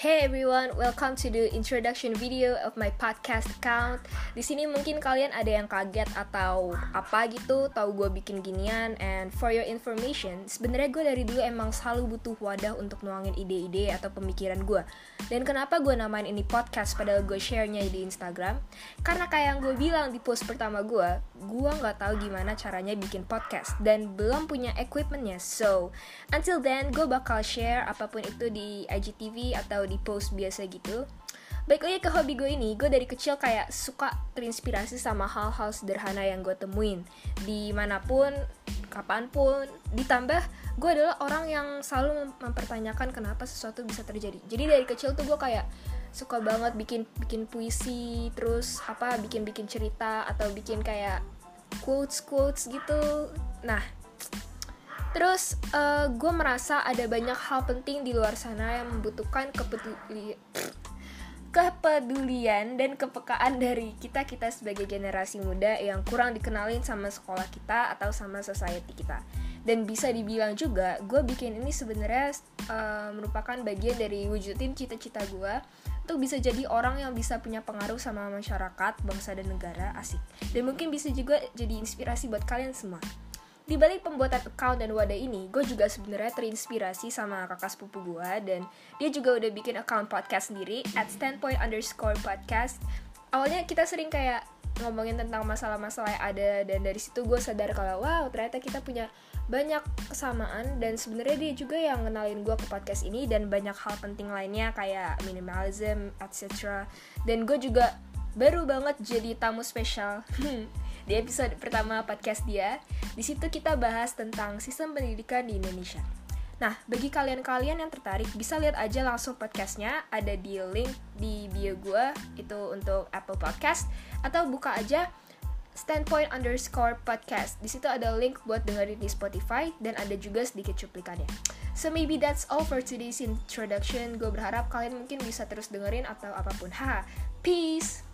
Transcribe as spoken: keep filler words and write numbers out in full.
Hey everyone, welcome to the introduction video of my podcast account. Di sini mungkin kalian ada yang kaget atau apa gitu, tahu gue bikin ginian. And for your information, sebenarnya gue dari dulu emang selalu butuh wadah untuk nuangin ide-ide atau pemikiran gue. Dan kenapa gue namain ini podcast padahal gue share-nya di Instagram? Karena kayak yang gue bilang di post pertama gue, gue nggak tahu gimana caranya bikin podcast dan belum punya equipmentnya. So until then, gue bakal share apapun itu di I G T V atau di post biasa gitu. Baik lagi ke hobi gue ini, gue dari kecil kayak suka terinspirasi sama hal-hal sederhana yang gue temuin dimanapun, kapanpun. Ditambah gue adalah orang yang selalu mempertanyakan kenapa sesuatu bisa terjadi. Jadi dari kecil tuh gue kayak suka banget bikin bikin puisi, terus apa bikin-bikin cerita atau bikin kayak quotes-quotes gitu. Nah, terus uh, gue merasa ada banyak hal penting di luar sana yang membutuhkan kepeduli- kepedulian dan kepekaan dari kita-kita sebagai generasi muda yang kurang dikenalin sama sekolah kita atau sama society kita. Dan bisa dibilang juga, gue bikin ini sebenarnya uh, merupakan bagian dari wujudin cita-cita gue untuk bisa jadi orang yang bisa punya pengaruh sama masyarakat, bangsa dan negara, asik. Dan mungkin bisa juga jadi inspirasi buat kalian semua. Di balik pembuatan account dan wadah ini, gue juga sebenarnya terinspirasi sama kakak sepupu gue, dan dia juga udah bikin account podcast sendiri at standpoint underscore podcast. Awalnya kita sering kayak ngomongin tentang masalah-masalah yang ada, dan dari situ gue sadar kalau wow, ternyata kita punya banyak kesamaan, dan sebenarnya dia juga yang ngenalin gue ke podcast ini dan banyak hal penting lainnya kayak minimalism, et cetera. Dan gue juga baru banget jadi tamu spesial di episode pertama podcast dia. Di situ kita bahas tentang sistem pendidikan di Indonesia. Nah, bagi kalian-kalian yang tertarik, bisa lihat aja langsung podcastnya, ada di link di bio gue, itu untuk Apple Podcast, atau buka aja standpoint underscore podcast. Di situ ada link buat dengerin di Spotify, dan ada juga sedikit cuplikannya. So maybe that's all for today's introduction. Gue berharap kalian mungkin bisa terus dengerin atau apapun. Haha, peace!